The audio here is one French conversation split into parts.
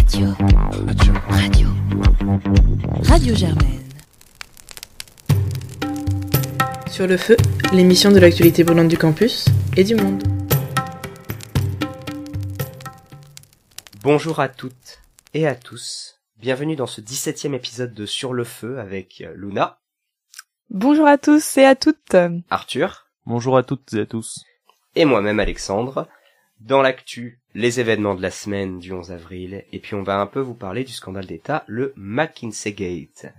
Radio Germaine. Sur le feu, l'émission de l'actualité brûlante du campus et du monde. Bonjour à toutes et à tous, bienvenue dans ce 17e épisode de Sur le feu avec Luna. Bonjour à tous et à toutes. Arthur. Bonjour à toutes et à tous. Et moi-même Alexandre. Dans l'actu, les événements de la semaine du 11 avril, et puis on va un peu vous parler du scandale d'État, le McKinsey Gate.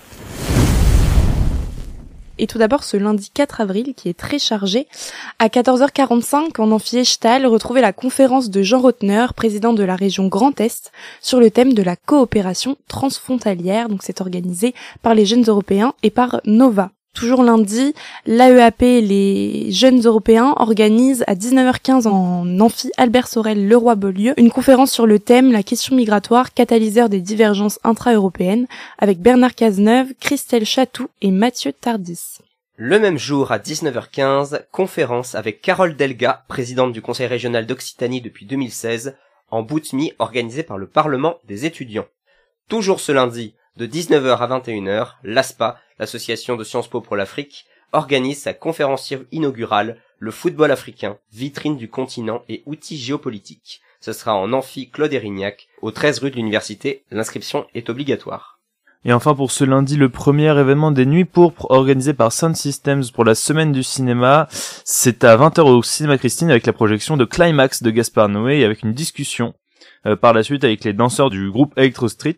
Et tout d'abord ce lundi 4 avril qui est très chargé. À 14h45 en amphi Stahl, retrouvez la conférence de Jean Rotner, président de la région Grand Est, sur le thème de la coopération transfrontalière. Donc c'est organisé par les jeunes européens et par Nova. Toujours lundi, l'AEAP, les jeunes européens, organisent à 19h15 en amphi Albert Sorel Leroy-Beaulieu une conférence sur le thème la question migratoire, catalyseur des divergences intra-européennes, avec Bernard Cazeneuve, Christelle Chatou et Mathieu Tardis. Le même jour, à 19h15, conférence avec Carole Delga, présidente du Conseil régional d'Occitanie depuis 2016, en Boutmi, organisée par le Parlement des étudiants. Toujours ce lundi, de 19h à 21h, l'ASPA, l'association de Sciences Po pour l'Afrique, organise sa conférence inaugurale, le football africain, vitrine du continent et outils géopolitiques. Ce sera en amphi Claude Érignac, au 13 rue de l'Université. L'inscription est obligatoire. Et enfin pour ce lundi, le premier événement des Nuits Pourpres organisé par Sound Systems pour la semaine du cinéma. C'est à 20h au Cinéma Christine avec la projection de Climax de Gaspard Noé et avec une discussion par la suite avec les danseurs du groupe Electro Street.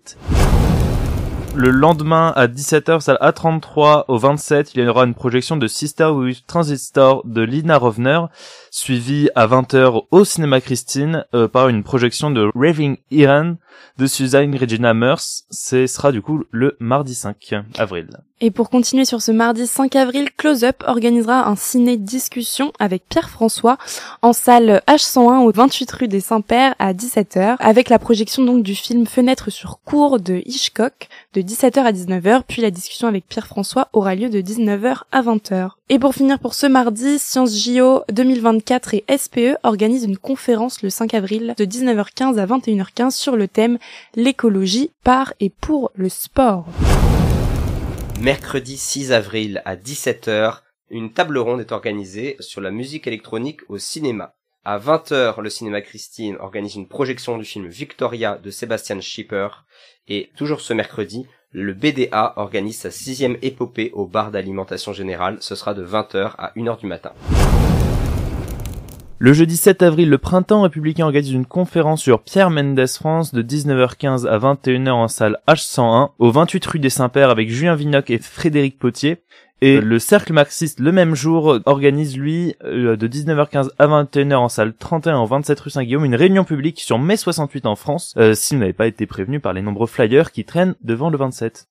Le lendemain, à 17h, salle A33 au 27, il y aura une projection de Sister with Transistor de Lina Rovner, suivie à 20h au Cinéma Christine par une projection de Raving Iran de Suzanne Regina Meurs. Ce sera du coup le mardi 5 avril. Et pour continuer sur ce mardi 5 avril, Close Up organisera un ciné-discussion avec Pierre François en salle H101 au 28 rue des Saints-Pères à 17h, avec la projection donc du film Fenêtre sur cour de Hitchcock de 17h à 19h, puis la discussion avec Pierre François aura lieu de 19h à 20h. Et pour finir pour ce mardi, Sciences JO 2024 et SPE organisent une conférence le 5 avril de 19h15 à 21h15 sur le thème l'écologie par et pour le sport. Mercredi 6 avril à 17h, une table ronde est organisée sur la musique électronique au cinéma. À 20h, le Cinéma Christine organise une projection du film Victoria de Sebastian Schipper. Et toujours ce mercredi, le BDA organise sa 6e épopée au bar d'alimentation générale. Ce sera de 20h à 1h du matin. Le jeudi 7 avril, le Printemps républicain organise une conférence sur Pierre Mendès France de 19h15 à 21h en salle H101 au 28 rue des Saints-Pères avec Julien Vinoc et Frédéric Potier. Et le Cercle Marxiste, le même jour, organise, lui, de 19h15 à 21h en salle 31 au 27 rue Saint-Guillaume, une réunion publique sur mai 68 en France, si vous n'avez pas été prévenu par les nombreux flyers qui traînent devant le 27.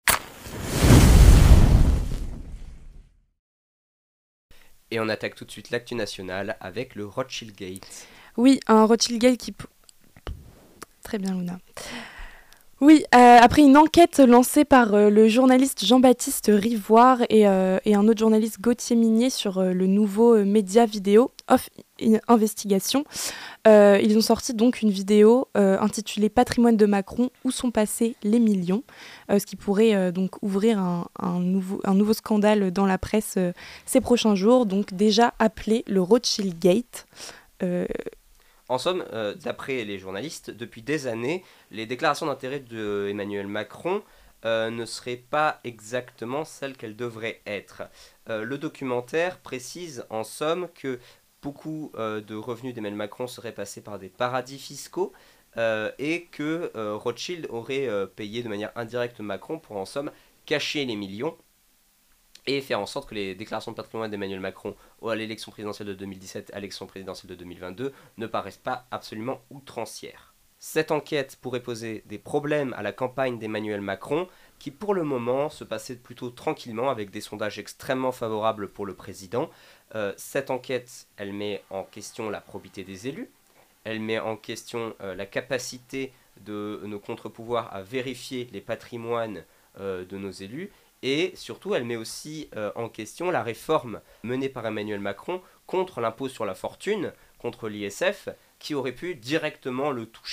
Et on attaque tout de suite l'actu nationale avec le Rothschild Gate. Oui, un Rothschild Gate qui... Très bien, Luna. Oui, après une enquête lancée par le journaliste Jean-Baptiste Rivoire et un autre journaliste Gauthier Minier sur le nouveau média vidéo Off Investigation, ils ont sorti donc une vidéo intitulée Patrimoine de Macron, où sont passés les millions, ce qui pourrait donc ouvrir un nouveau scandale dans la presse ces prochains jours, donc déjà appelé le Rothschild Gate. En somme, d'après les journalistes, depuis des années, les déclarations d'intérêt d'Emmanuel Macron ne seraient pas exactement celles qu'elles devraient être. Le documentaire précise en somme que beaucoup de revenus d'Emmanuel Macron seraient passés par des paradis fiscaux et que Rothschild aurait payé de manière indirecte Macron pour en somme cacher les millions et faire en sorte que les déclarations de patrimoine d'Emmanuel Macron à l'élection présidentielle de 2017 à l'élection présidentielle de 2022 ne paraissent pas absolument outrancières. Cette enquête pourrait poser des problèmes à la campagne d'Emmanuel Macron, qui pour le moment se passait plutôt tranquillement avec des sondages extrêmement favorables pour le président. Cette enquête, elle met en question la probité des élus, elle met en question la capacité de nos contre-pouvoirs à vérifier les patrimoines de nos élus, et surtout elle met aussi en question la réforme menée par Emmanuel Macron contre l'impôt sur la fortune, contre l'ISF, qui aurait pu directement le toucher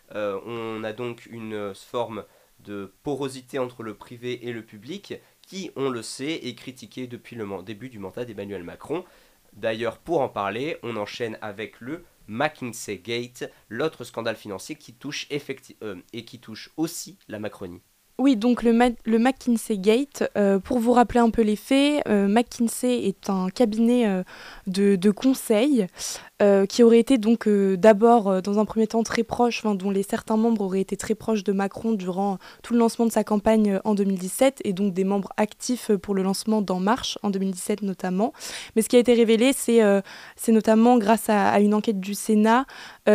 On a donc une forme de porosité entre le privé et le public qui, on le sait, est critiquée depuis le début du mandat d'Emmanuel Macron. D'ailleurs, pour en parler, on enchaîne avec le McKinsey Gate, l'autre scandale financier qui touche et qui touche aussi la Macronie. Oui, donc le McKinsey Gate, pour vous rappeler un peu les faits, McKinsey est un cabinet de conseil qui aurait été donc d'abord dans un premier temps très proche, dont certains membres auraient été très proches de Macron durant tout le lancement de sa campagne en 2017 et donc des membres actifs pour le lancement d'En Marche en 2017 notamment. Mais ce qui a été révélé, c'est notamment grâce à une enquête du Sénat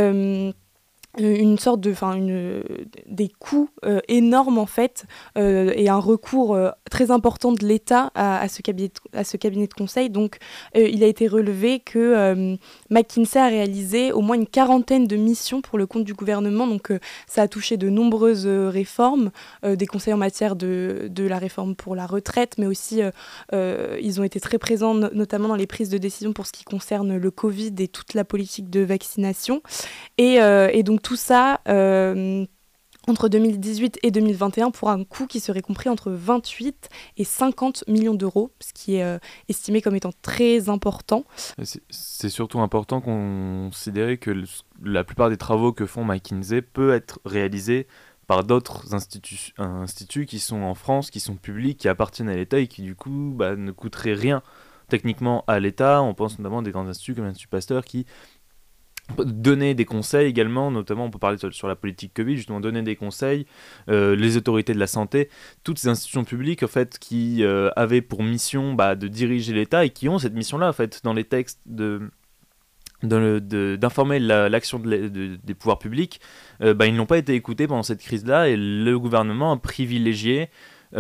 des coûts énormes en fait et un recours très important de l'État à ce cabinet de conseil. Donc il a été relevé que McKinsey a réalisé au moins une quarantaine de missions pour le compte du gouvernement. Donc ça a touché de nombreuses réformes, des conseils en matière de la réforme pour la retraite, mais aussi ils ont été très présents notamment dans les prises de décision pour ce qui concerne le Covid et toute la politique de vaccination. Et donc tout ça entre 2018 et 2021 pour un coût qui serait compris entre 28 et 50 millions d'euros, ce qui est estimé comme étant très important. C'est surtout important qu'on considère que la plupart des travaux que font McKinsey peut être réalisés par d'autres instituts qui sont en France, qui sont publics, qui appartiennent à l'État et qui du coup ne coûteraient rien techniquement à l'État. On pense notamment des grands instituts comme l'Institut Pasteur qui donner des conseils également, notamment on peut parler sur la politique Covid, justement donner des conseils, les autorités de la santé, toutes ces institutions publiques en fait qui avaient pour mission de diriger l'État et qui ont cette mission-là en fait dans les textes d'informer l'action des pouvoirs publics, ils n'ont pas été écoutés pendant cette crise-là et le gouvernement a privilégié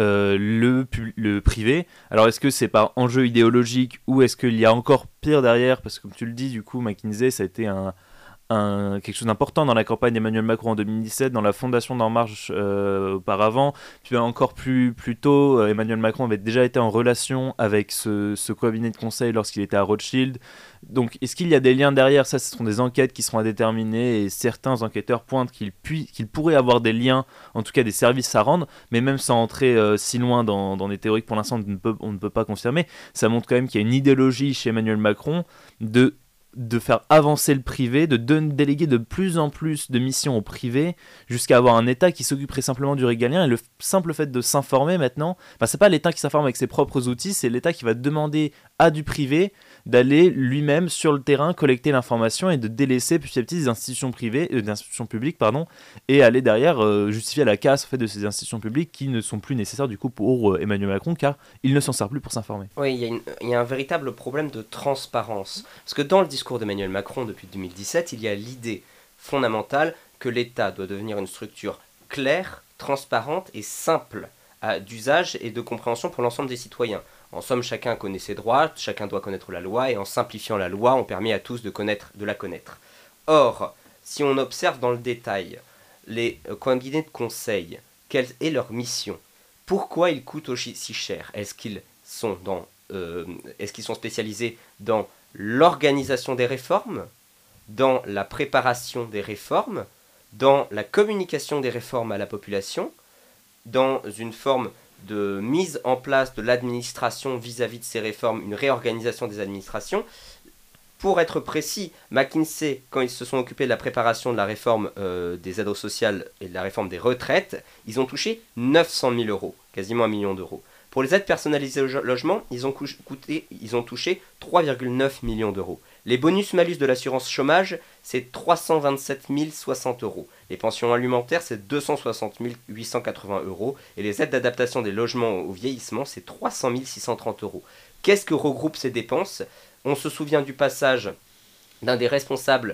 le privé. Alors est-ce que c'est par enjeu idéologique ou est-ce qu'il y a encore pire derrière, parce que comme tu le dis, du coup McKinsey ça a été quelque chose d'important dans la campagne d'Emmanuel Macron en 2017, dans la fondation d'En Marche auparavant, puis encore plus tôt, Emmanuel Macron avait déjà été en relation avec ce cabinet de conseil lorsqu'il était à Rothschild. Donc est-ce qu'il y a des liens derrière? Ça, ce seront des enquêtes qui seront à déterminer et certains enquêteurs pointent qu'il pourrait avoir des liens, en tout cas des services à rendre, mais même sans entrer si loin dans des théories que pour l'instant on ne peut pas confirmer, ça montre quand même qu'il y a une idéologie chez Emmanuel Macron de faire avancer le privé, de déléguer de plus en plus de missions au privé, jusqu'à avoir un État qui s'occuperait simplement du régalien. Et le simple fait de s'informer maintenant, c'est pas l'État qui s'informe avec ses propres outils, c'est l'État qui va demander à du privé d'aller lui-même sur le terrain collecter l'information et de délaisser petit à petit des institutions publiques, et aller derrière justifier la casse en fait, de ces institutions publiques qui ne sont plus nécessaires du coup pour Emmanuel Macron, car il ne s'en sert plus pour s'informer. Oui, il y a un véritable problème de transparence, parce que dans le discours d'Emmanuel Macron depuis 2017, il y a l'idée fondamentale que l'État doit devenir une structure claire, transparente et simple d'usage et de compréhension pour l'ensemble des citoyens. En somme, chacun connaît ses droits, chacun doit connaître la loi, et en simplifiant la loi, on permet à tous de la connaître. Or, si on observe dans le détail les cabinets de conseil, quelle est leur mission? Pourquoi ils coûtent si cher? Est-ce qu'ils sont spécialisés dans l'organisation des réformes, dans la préparation des réformes, dans la communication des réformes à la population, dans une forme de mise en place de l'administration vis-à-vis de ces réformes, une réorganisation des administrations? Pour être précis, McKinsey, quand ils se sont occupés de la préparation de la réforme des aides sociales et de la réforme des retraites, ils ont touché 900 000 euros, quasiment 1 million d'euros. Pour les aides personnalisées au logement, ils ont touché 3,9 millions d'euros. Les bonus-malus de l'assurance chômage, c'est 327 060 euros. Les pensions alimentaires, c'est 260 880 euros. Et les aides d'adaptation des logements au vieillissement, c'est 300 630 euros. Qu'est-ce que regroupent ces dépenses? On se souvient du passage d'un des responsables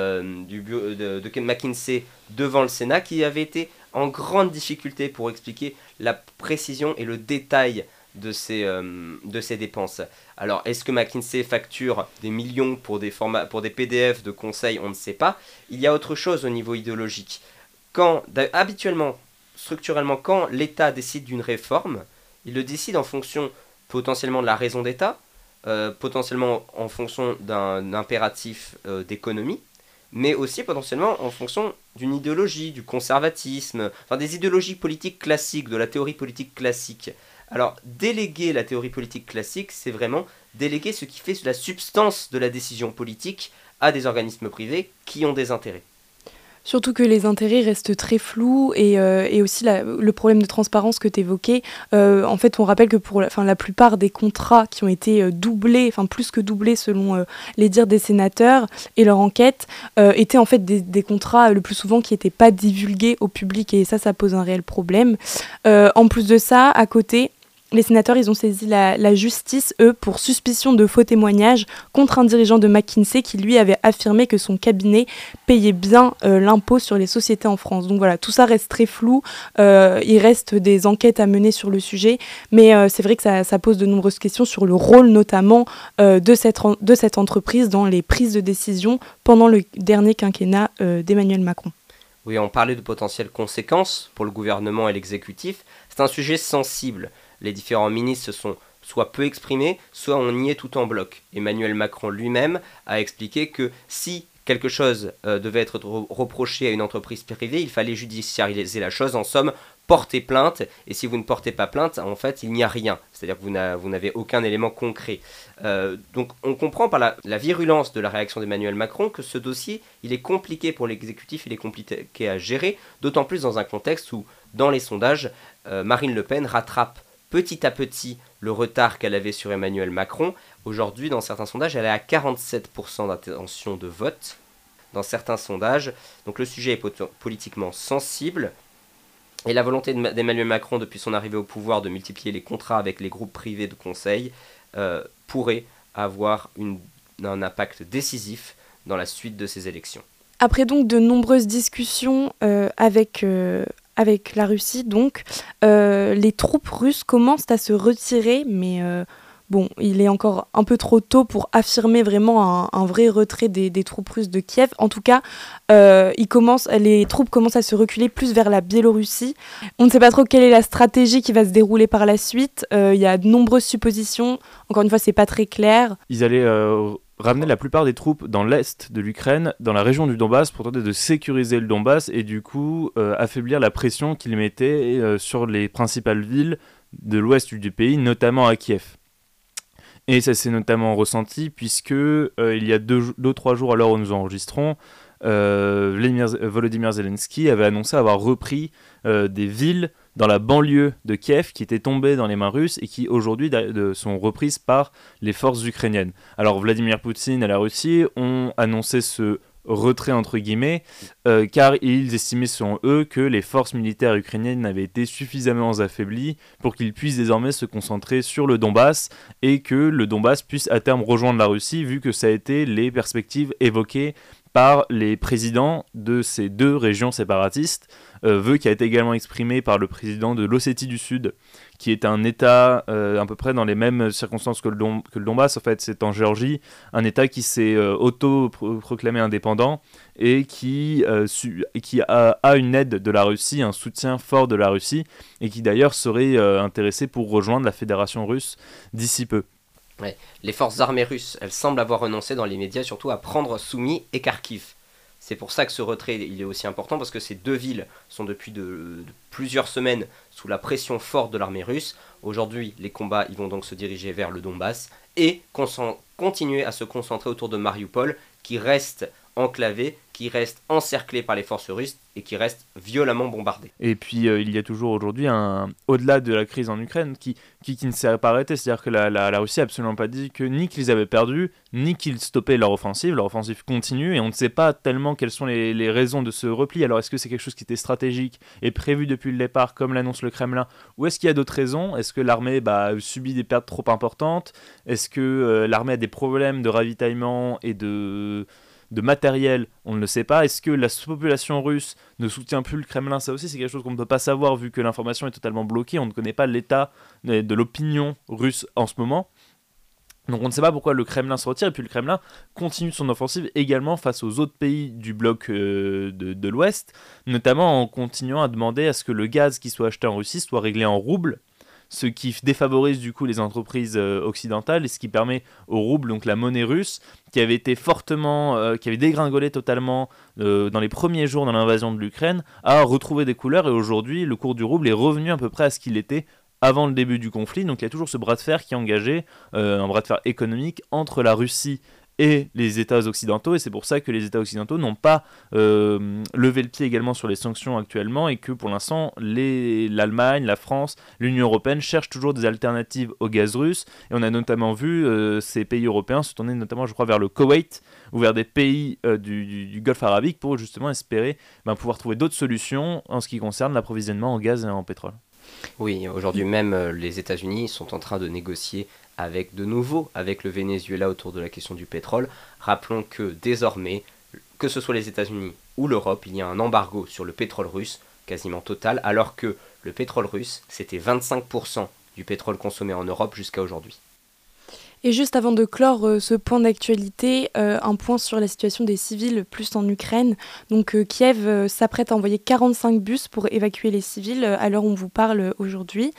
de McKinsey devant le Sénat qui avait été en grande difficulté pour expliquer la précision et le détail de ces dépenses. Alors, est-ce que McKinsey facture des millions pour des PDF de conseils? On ne sait pas. Il y a autre chose au niveau idéologique. Habituellement, structurellement, quand l'État décide d'une réforme, il le décide en fonction potentiellement de la raison d'État, potentiellement en fonction d'un impératif d'économie, mais aussi potentiellement en fonction d'une idéologie, du conservatisme, enfin des idéologies politiques classiques, de la théorie politique classique. Alors, déléguer la théorie politique classique, c'est vraiment déléguer ce qui fait la substance de la décision politique à des organismes privés qui ont des intérêts. Surtout que les intérêts restent très flous et aussi le problème de transparence que tu évoquais. En fait, on rappelle que pour la plupart des contrats qui ont été doublés, enfin plus que doublés selon les dires des sénateurs et leur enquête, étaient en fait des contrats le plus souvent qui n'étaient pas divulgués au public et ça pose un réel problème. En plus de ça, à côté, les sénateurs, ils ont saisi la justice, eux, pour suspicion de faux témoignages contre un dirigeant de McKinsey qui, lui, avait affirmé que son cabinet payait bien l'impôt sur les sociétés en France. Donc voilà, tout ça reste très flou. Il reste des enquêtes à mener sur le sujet, mais c'est vrai que ça pose de nombreuses questions sur le rôle, notamment, de cette entreprise dans les prises de décision pendant le dernier quinquennat d'Emmanuel Macron. Oui, on parlait de potentielles conséquences pour le gouvernement et l'exécutif. C'est un sujet sensible. Les différents ministres se sont soit peu exprimés, soit on y est tout en bloc. Emmanuel Macron lui-même a expliqué que si quelque chose devait être reproché à une entreprise privée, il fallait judiciariser la chose, en somme, porter plainte, et si vous ne portez pas plainte, en fait, il n'y a rien. C'est-à-dire que vous n'avez aucun élément concret. Donc on comprend par la virulence de la réaction d'Emmanuel Macron que ce dossier, il est compliqué pour l'exécutif, il est compliqué à gérer, d'autant plus dans un contexte où, dans les sondages, Marine Le Pen rattrape petit à petit le retard qu'elle avait sur Emmanuel Macron. Aujourd'hui, dans certains sondages, elle est à 47% d'intention de vote. Dans certains sondages, donc le sujet est politiquement sensible. Et la volonté d'Emmanuel Macron, depuis son arrivée au pouvoir, de multiplier les contrats avec les groupes privés de conseil, pourrait avoir un impact décisif dans la suite de ces élections. Après donc de nombreuses discussions avec la Russie, donc, les troupes russes commencent à se retirer, mais bon, il est encore un peu trop tôt pour affirmer vraiment un vrai retrait des troupes russes de Kiev. En tout cas, les troupes commencent à se reculer plus vers la Biélorussie. On ne sait pas trop quelle est la stratégie qui va se dérouler par la suite. Il y a de nombreuses suppositions. Encore une fois, c'est pas très clair. Ils allaient ramener la plupart des troupes dans l'est de l'Ukraine, dans la région du Donbass, pour tenter de sécuriser le Donbass et du coup affaiblir la pression qu'ils mettaient sur les principales villes de l'ouest du pays, notamment à Kiev. Et ça s'est notamment ressenti puisque il y a 2-3 jours à l'heure où nous enregistrons, Volodymyr Zelensky avait annoncé avoir repris des villes dans la banlieue de Kiev qui étaient tombées dans les mains russes et qui aujourd'hui sont reprises par les forces ukrainiennes. Alors Vladimir Poutine et la Russie ont annoncé ce retrait entre guillemets car ils estimaient selon eux que les forces militaires ukrainiennes avaient été suffisamment affaiblies pour qu'ils puissent désormais se concentrer sur le Donbass et que le Donbass puisse à terme rejoindre la Russie vu que ça a été les perspectives évoquées par les présidents de ces deux régions séparatistes, vœu qui a été également exprimé par le président de l'Ossétie du Sud, qui est un État à peu près dans les mêmes circonstances que le Donbass. En fait, c'est en Géorgie, un État qui s'est auto-proclamé indépendant et qui a une aide de la Russie, un soutien fort de la Russie, et qui d'ailleurs serait intéressé pour rejoindre la Fédération russe d'ici peu. Ouais. Les forces armées russes, elles semblent avoir renoncé dans les médias surtout à prendre Soumy et Kharkiv. C'est pour ça que ce retrait il est aussi important, parce que ces deux villes sont depuis de plusieurs semaines sous la pression forte de l'armée russe. Aujourd'hui, les combats ils vont donc se diriger vers le Donbass et continuer à se concentrer autour de Mariupol, qui reste enclavé, qui reste encerclé par les forces russes et qui reste violemment bombardé. Et puis il y a toujours aujourd'hui, au-delà de la crise en Ukraine, qui ne s'est pas arrêtée. C'est-à-dire que la Russie n'a absolument pas dit que ni qu'ils avaient perdu, ni qu'ils stoppaient leur offensive. Leur offensive continue et on ne sait pas tellement quelles sont les raisons de ce repli. Alors est-ce que c'est quelque chose qui était stratégique et prévu depuis le départ, comme l'annonce le Kremlin, ou est-ce qu'il y a d'autres raisons ? Est-ce que l'armée subit des pertes trop importantes ? Est-ce que l'armée a des problèmes de ravitaillement et de matériel, on ne le sait pas. Est-ce que la population russe ne soutient plus le Kremlin ? Ça aussi, c'est quelque chose qu'on ne peut pas savoir vu que l'information est totalement bloquée. On ne connaît pas l'état de l'opinion russe en ce moment. Donc on ne sait pas pourquoi le Kremlin se retire. Et puis le Kremlin continue son offensive également face aux autres pays du bloc de l'Ouest, notamment en continuant à demander à ce que le gaz qui soit acheté en Russie soit réglé en roubles, ce qui défavorise du coup les entreprises occidentales et ce qui permet au rouble, donc la monnaie russe, qui avait été qui avait dégringolé totalement dans les premiers jours de l'invasion de l'Ukraine, à retrouver des couleurs, et aujourd'hui le cours du rouble est revenu à peu près à ce qu'il était avant le début du conflit. Donc il y a toujours ce bras de fer qui est engagé, un bras de fer économique entre la Russie et les États occidentaux, et c'est pour ça que les États occidentaux n'ont pas levé le pied également sur les sanctions actuellement, et que pour l'instant l'Allemagne, la France, l'Union européenne cherchent toujours des alternatives au gaz russe, et on a notamment vu ces pays européens se tourner notamment, je crois, vers le Koweït ou vers des pays du Golfe arabique pour justement espérer pouvoir trouver d'autres solutions en ce qui concerne l'approvisionnement en gaz et en pétrole. Oui, aujourd'hui même, les États-Unis sont en train de négocier avec le Venezuela autour de la question du pétrole. Rappelons que désormais, que ce soit les États-Unis ou l'Europe, il y a un embargo sur le pétrole russe, quasiment total, alors que le pétrole russe, c'était 25% du pétrole consommé en Europe jusqu'à aujourd'hui. Et juste avant de clore ce point d'actualité, un point sur la situation des civils plus en Ukraine. Donc Kiev s'apprête à envoyer 45 bus pour évacuer les civils à l'heure où on vous parle aujourd'hui.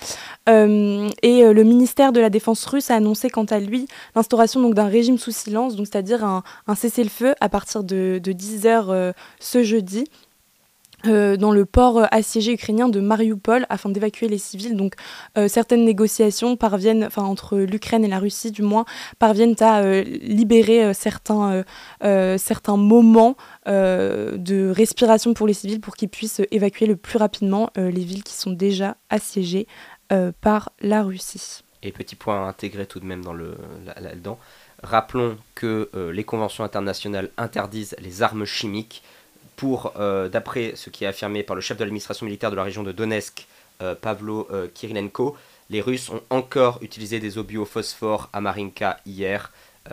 Et le ministère de la Défense russe a annoncé quant à lui l'instauration donc, d'un régime sous silence, donc, c'est-à-dire un cessez-le-feu à partir de 10h ce jeudi. Dans le port assiégé ukrainien de Mariupol afin d'évacuer les civils. Donc certaines négociations entre l'Ukraine et la Russie du moins, parviennent à libérer certains moments de respiration pour les civils pour qu'ils puissent évacuer le plus rapidement les villes qui sont déjà assiégées par la Russie. Et petit point à intégrer tout de même là-dedans, rappelons que les conventions internationales interdisent les armes chimiques. D'après ce qui est affirmé par le chef de l'administration militaire de la région de Donetsk, Pavlo Kirilenko, les Russes ont encore utilisé des obus au phosphore à Marinka hier.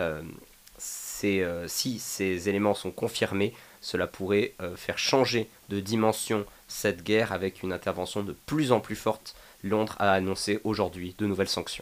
Si ces éléments sont confirmés, cela pourrait faire changer de dimension cette guerre avec une intervention de plus en plus forte. Londres a annoncé aujourd'hui de nouvelles sanctions.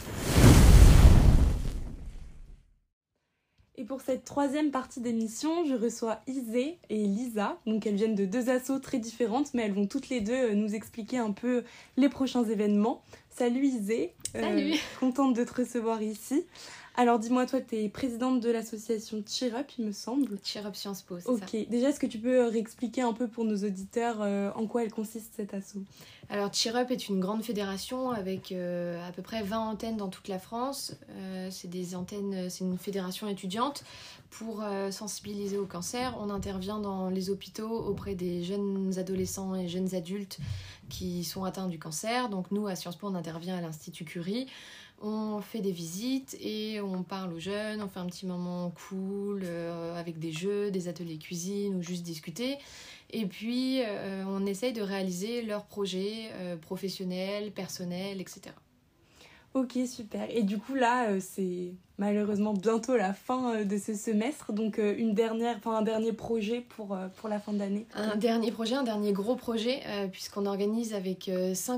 Et pour cette troisième partie d'émission, je reçois Isée et Lisa. Donc elles viennent de deux assos très différentes, mais elles vont toutes les deux nous expliquer un peu les prochains événements. Salut Isée. Salut. Contente de te recevoir ici. Alors dis-moi, toi tu es présidente de l'association Cheer Up, il me semble. Cheer Up Sciences Po, c'est ça. Ok, déjà est-ce que tu peux réexpliquer un peu pour nos auditeurs en quoi elle consiste cette asso? Alors Cheer Up est une grande fédération avec à peu près 20 antennes dans toute la France. C'est une fédération étudiante pour sensibiliser au cancer. On intervient dans les hôpitaux auprès des jeunes adolescents et jeunes adultes qui sont atteints du cancer. Donc nous, à Sciences Po, on intervient à l'Institut Curie. On fait des visites et on parle aux jeunes, on fait un petit moment cool avec des jeux, des ateliers cuisine ou juste discuter. Et puis on essaye de réaliser leurs projets professionnels, personnels, etc. Ok, super. Et du coup là, c'est malheureusement bientôt la fin de ce semestre, donc un dernier projet pour la fin d'année. Un dernier gros projet, puisqu'on organise avec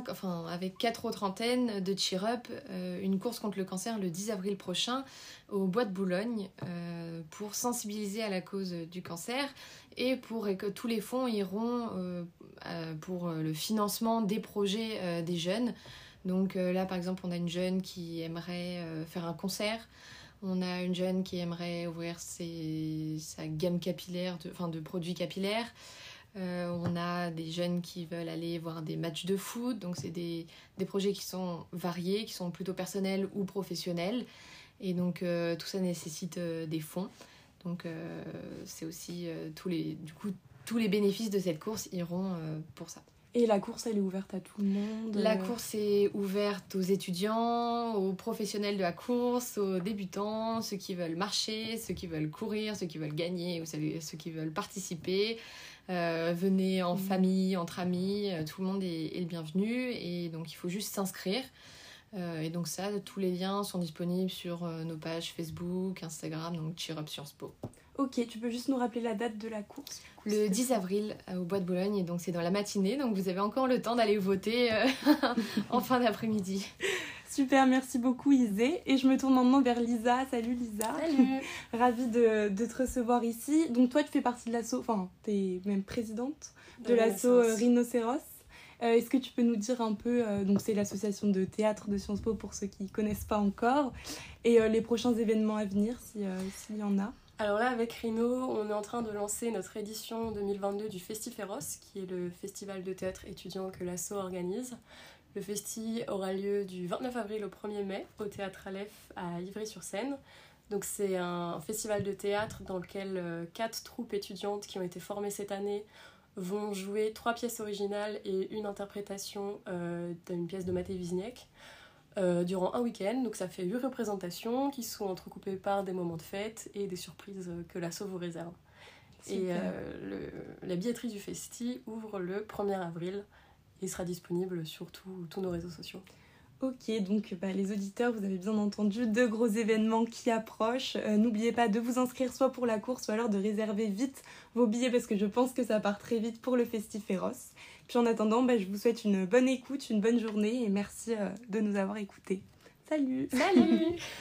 4 autres antennes de Cheer Up une course contre le cancer le 10 avril prochain au Bois de Boulogne pour sensibiliser à la cause du cancer et que tous les fonds iront pour le financement des projets des jeunes. Donc là, par exemple, on a une jeune qui aimerait faire un concert. On a une jeune qui aimerait ouvrir sa gamme capillaire, de produits capillaires. On a des jeunes qui veulent aller voir des matchs de foot. Donc c'est des projets qui sont variés, qui sont plutôt personnels ou professionnels. Et donc tout ça nécessite des fonds. Donc c'est aussi tous les bénéfices de cette course iront pour ça. Et la course, elle est ouverte à tout le monde? La course est ouverte aux étudiants, aux professionnels de la course, aux débutants, ceux qui veulent marcher, ceux qui veulent courir, ceux qui veulent gagner, ou ceux qui veulent participer. Venez en famille, entre amis, tout le monde est le bienvenu. Et donc, il faut juste s'inscrire. Et donc ça, tous les liens sont disponibles sur nos pages Facebook, Instagram, donc Cheer Up Sciences Po. Ok, tu peux juste nous rappeler la date de la course? Le 10 avril au Bois de Boulogne, et donc c'est dans la matinée, donc vous avez encore le temps d'aller voter en fin d'après-midi. Super, merci beaucoup Isée. Et je me tourne maintenant vers Lisa. Salut Lisa. Salut. Ravie de te recevoir ici. Donc toi, tu fais partie de l'asso, t'es même présidente de l'asso Rhinocéros. Est-ce que tu peux nous dire un peu, donc c'est l'association de théâtre de Sciences Po pour ceux qui ne connaissent pas encore, et les prochains événements à venir s'il y en a? Alors là, avec Rhino, on est en train de lancer notre édition 2022 du Festiféros, qui est le festival de théâtre étudiant que l'asso organise. Le festi aura lieu du 29 avril au 1er mai au Théâtre Aleph à Ivry-sur-Seine. Donc c'est un festival de théâtre dans lequel 4 troupes étudiantes qui ont été formées cette année vont jouer 3 pièces originales et une interprétation d'une pièce de Maté Wizniak durant un week-end. Donc ça fait 8 représentations qui sont entrecoupées par des moments de fête et des surprises que l'asso vous réserve. Super. Et la billetterie du festi ouvre le 1er avril et sera disponible sur tous nos réseaux sociaux. Ok, donc les auditeurs, vous avez bien entendu, 2 gros événements qui approchent. N'oubliez pas de vous inscrire soit pour la course, soit alors de réserver vite vos billets parce que je pense que ça part très vite pour le Festiféros. Puis en attendant, je vous souhaite une bonne écoute, une bonne journée et merci de nous avoir écoutés. Salut! Salut!